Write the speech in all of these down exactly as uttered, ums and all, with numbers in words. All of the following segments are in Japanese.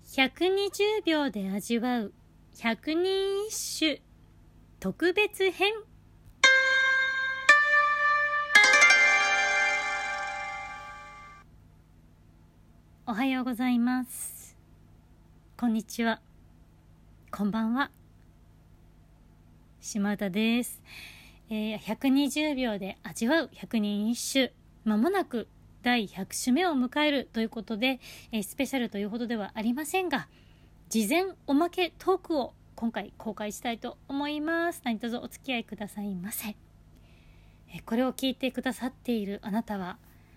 ひゃくにじゅうびょうで味わう百人一首特別編。おはようございます。こんにちは。こんばんは。島唄です。えー、ひゃくにじゅうびょうで味わう百人一首、まもなくだいひゃくしゅめを迎えるということで、えー、スペシャルというほどではありませんが、事前おまけトークを今回公開したいと思います。何卒お付き合いくださいませ。えー、これを聞いてくださっているあなたは、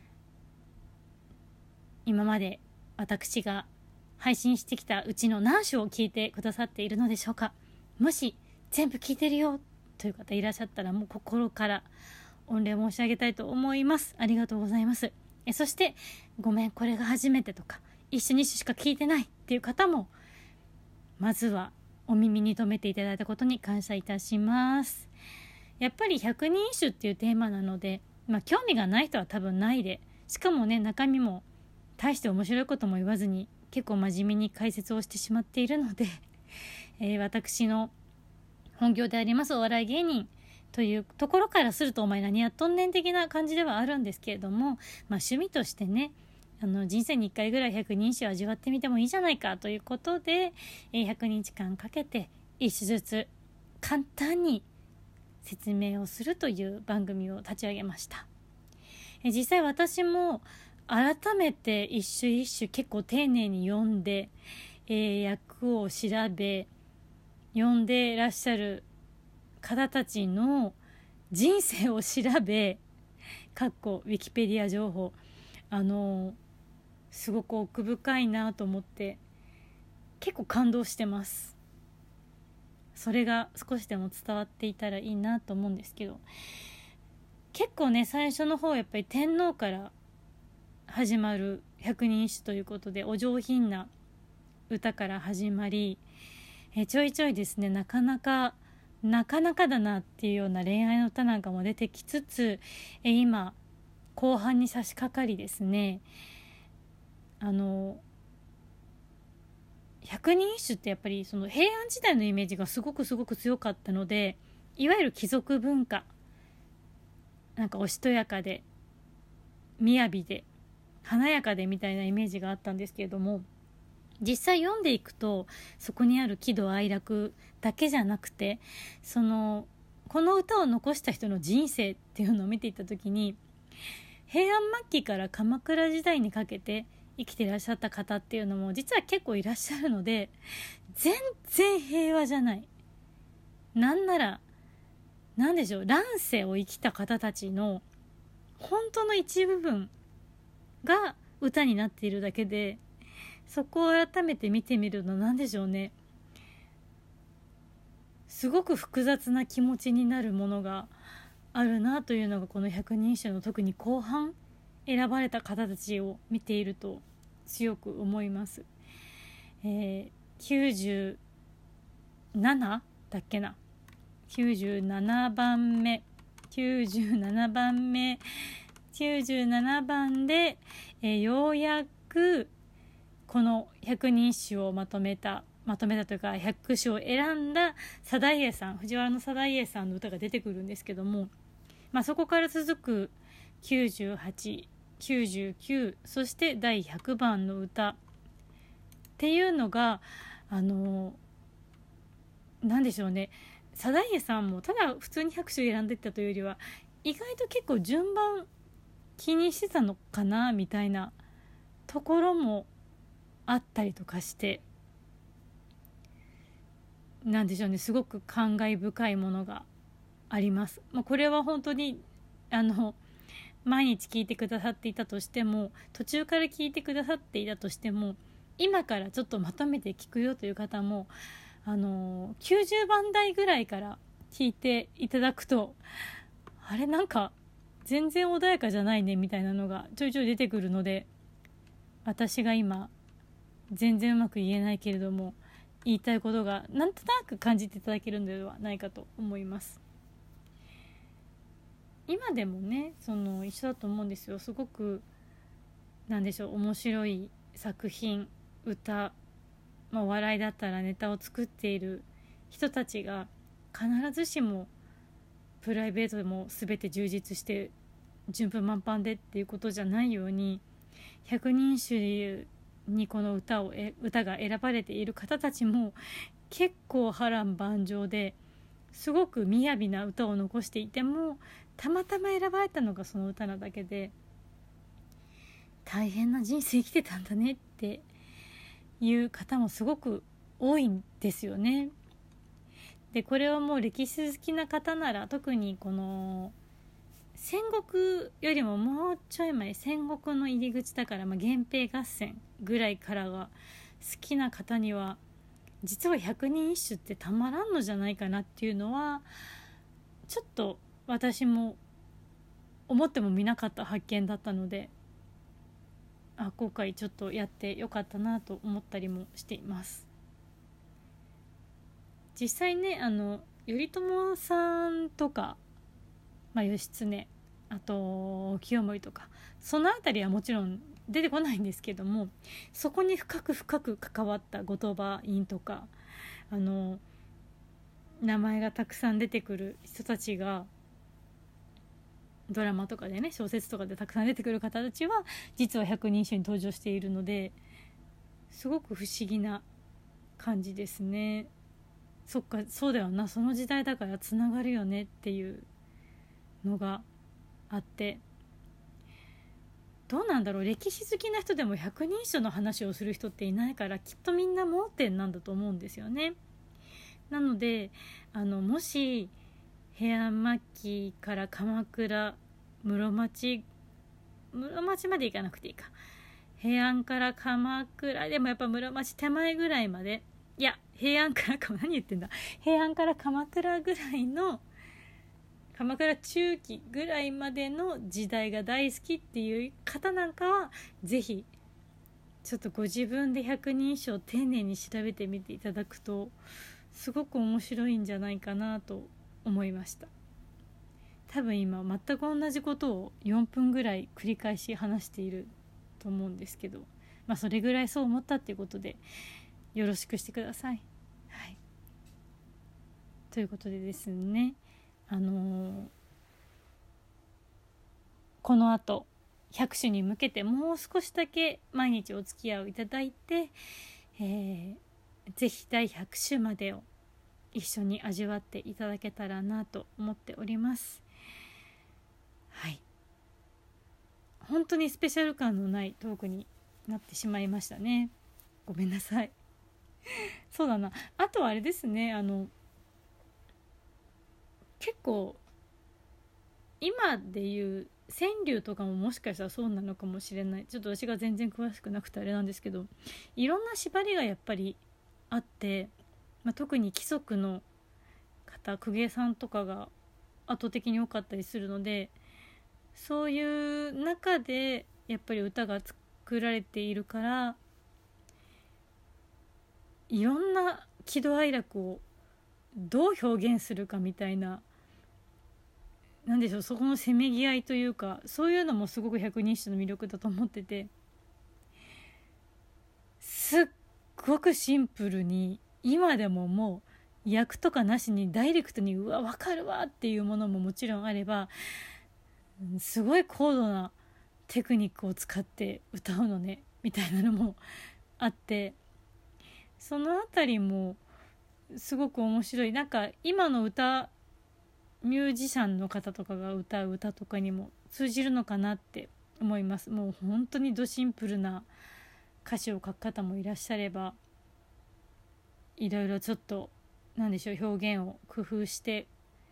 今まで私が配信してきたうちの何首を聞いてくださっているのでしょうか。もし全部聞いてるよという方いらっしゃったら、もう心から御礼申し上げたいと思います。ありがとうございます。えそしてごめんこれが初めてとか一首二首しか聞いてないっていう方も、まずはお耳に留めていただいたことに感謝いたします。やっぱり百人一首っていうテーマなので、まあ興味がない人は多分ないで、しかもね中身も大して面白いことも言わずに結構真面目に解説をしてしまっているので、えー、私の本業でありますお笑い芸人というところからすると、お前何やっとんねん的な感じではあるんですけれども、まあ趣味としてね、あの人生にいっかいぐらい百人一首を味わってみてもいいじゃないかということで、えー、ひゃくにちかんかけて一首ずつ簡単に説明をするという番組を立ち上げました。えー、実際私も改めて一首一首結構丁寧に読んで、えー、訳を調べ読んでいらっしゃる方たちの人生を調べ、かっこウィキペディア情報、あのすごく奥深いなと思って結構感動してます。それが少しでも伝わっていたらいいなと思うんですけど、結構ね最初の方やっぱり天皇から始まる百人一首ということで、お上品な歌から始まり、えちょいちょいですねなかなかなかなかだなっていうような恋愛の歌なんかも出てきつつ、え今後半に差し掛かりですね、あの百人一首ってやっぱりその平安時代のイメージがすごくすごく強かったので、いわゆる貴族文化、なんかおしとやかで雅で華やかでみたいなイメージがあったんですけれども、実際読んでいくとそこにある喜怒哀楽だけじゃなくて、そのこの歌を残した人の人生っていうのを見ていった時に、平安末期から鎌倉時代にかけて生きていらっしゃった方っていうのも実は結構いらっしゃるので、全然平和じゃない、なんならなんでしょう、乱世を生きた方たちの本当の一部分が歌になっているだけで、そこを改めて見てみるのなんでしょうね、すごく複雑な気持ちになるものがあるなというのが、この百人一首の特に後半選ばれた方たちを見ていると強く思います。えー、きゅうじゅうななだっけな、きゅうじゅうななばんめきゅうじゅうななばんめきゅうじゅうななばんで、えー、ようやくこの百人一首をまとめたまとめたというか百首を選んだ定家さん、藤原の定家さんの歌が出てくるんですけども、まあ、そこから続くきゅうじゅうはち、きゅうじゅうきゅう、そしてだいひゃくばんの歌っていうのが、あのなんでしょうね、定家さんもただ普通に百首選んでいったというよりは、意外と結構順番気にしてたのかなみたいなところもあったりとかして、なんでしょうね、すごく感慨深いものがあります。まあ、これは本当にあの毎日聞いてくださっていたとしても、途中から聞いてくださっていたとしても、今からちょっとまとめて聞くよという方も、あのきゅうじゅうばん台ぐらいから聞いていただくと、あれなんか全然穏やかじゃないねみたいなのがちょいちょい出てくるので、私が今全然うまく言えないけれども言いたいことがなんとなく感じていただけるのではないかと思います。今でもねその一緒だと思うんですよ。すごくなんでしょう、面白い作品、歌まあ、お笑いだったらネタを作っている人たちが必ずしもプライベートでも全て充実して順風満帆でっていうことじゃないように、百人一首にこの歌をえ歌が選ばれている方たちも結構波乱万丈ですごく雅な歌を残していても、たまたま選ばれたのがその歌なだけで、大変な人生生きてたんだねっていう方もすごく多いんですよね。でこれはもう歴史好きな方なら、特にこの戦国よりももうちょい前、戦国の入り口だから、まあ、源平合戦ぐらいからが好きな方には実は百人一首ってたまらんのじゃないかなっていうのは、ちょっと私も思ってもみなかった発見だったので、あ今回ちょっとやってよかったなと思ったりもしています。実際ね、あの頼朝さんとか、まあ、義経、あと清盛とか、そのあたりはもちろん出てこないんですけども、そこに深く深く関わった後鳥羽院とか、あの名前がたくさん出てくる人たちがドラマとかでね、小説とかでたくさん出てくる方たちは実は百人一首に登場しているので、すごく不思議な感じですね。そっか、そうだよな、その時代だからつながるよねっていうのがあって、どうなんだろう、歴史好きな人でも百人一首の話をする人っていないから、きっとみんな盲点なんだと思うんですよね。なのであのもし平安末期から鎌倉、室町室町まで行かなくていいか、平安から鎌倉でもやっぱ室町手前ぐらいまで、いや平安から何言ってんだ平安から鎌倉ぐらいの、鎌倉中期ぐらいまでの時代が大好きっていう方なんかは、ぜひちょっとご自分で百人一首を丁寧に調べてみていただくとすごく面白いんじゃないかなと思いました。多分今全く同じことをよんぷんぐらい繰り返し話していると思うんですけど、まあそれぐらいそう思ったっていうことでよろしくしてください。はい。ということでですね、あのー、この後ひゃく首に向けてもう少しだけ毎日お付き合いをいただいて、えー、ぜひだいひゃく首までを一緒に味わっていただけたらなと思っております。はい。本当にスペシャル感のないトークになってしまいましたね。ごめんなさい。そうだな。あとはあれですね、あの結構今でいう川柳とかももしかしたらそうなのかもしれない。ちょっと私が全然詳しくなくてあれなんですけど、いろんな縛りがやっぱりあって、まあ、特に貴族の方、公家さんとかが圧倒的に多かったりするので、そういう中でやっぱり歌が作られているから、いろんな喜怒哀楽をどう表現するかみたいな、なんでしょう、そこのせめぎ合いというか、そういうのもすごく百人一首の魅力だと思ってて、すっごくシンプルに今でももう役とかなしにダイレクトにうわ分かるわっていうものももちろんあれば、すごい高度なテクニックを使って歌うのねみたいなのもあって、そのあたりもすごく面白い。なんか今の歌ミュージシャンの方とかが歌う歌とかにも通じるのかなって思います。もう本当にドシンプルな歌詞を書く方もいらっしゃれば、いろいろちょっとなんでしょう、表現を工夫して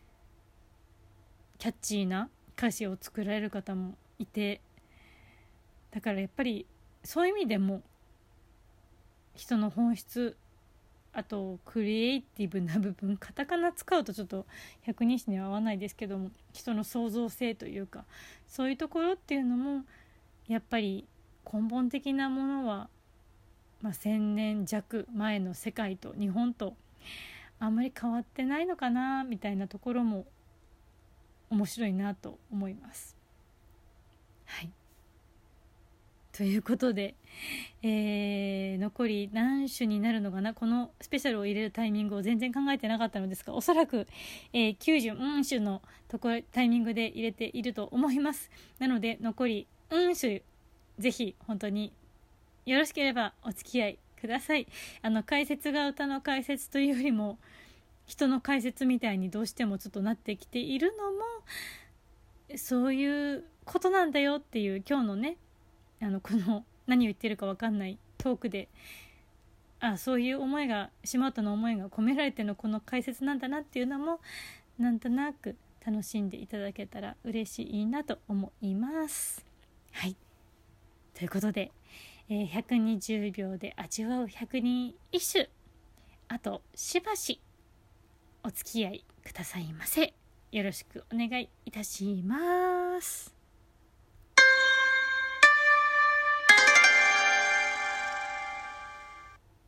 キャッチーな歌詞を作られる方もいて、だからやっぱりそういう意味でも人の本質、あとクリエイティブな部分、カタカナ使うとちょっと百人一首には合わないですけども、人の創造性というか、そういうところっていうのもやっぱり根本的なものは、まあ、せんねん弱前の世界と日本とあんまり変わってないのかなみたいなところも面白いなと思います。はい。 ということで、えー、残り何種になるのかな。このスペシャルを入れるタイミングを全然考えてなかったのですが、おそらく、えー、きゅうじゅううん種のところタイミングで入れていると思います。なので残りうん種、ぜひ本当によろしければお付き合いください。あの解説が歌の解説というよりも人の解説みたいにどうしてもちょっとなってきているのも、そういうことなんだよっていう今日のね、あのこの何を言ってるか分かんないトークで、あ、そういう思いが、島田の思いが込められてのこの解説なんだなっていうのもなんとなく楽しんでいただけたら嬉しいなと思います。はい、ということで、えー、ひゃくにじゅうびょうで味わうひゃくにん一首、あとしばしお付き合いくださいませ。よろしくお願いいたします。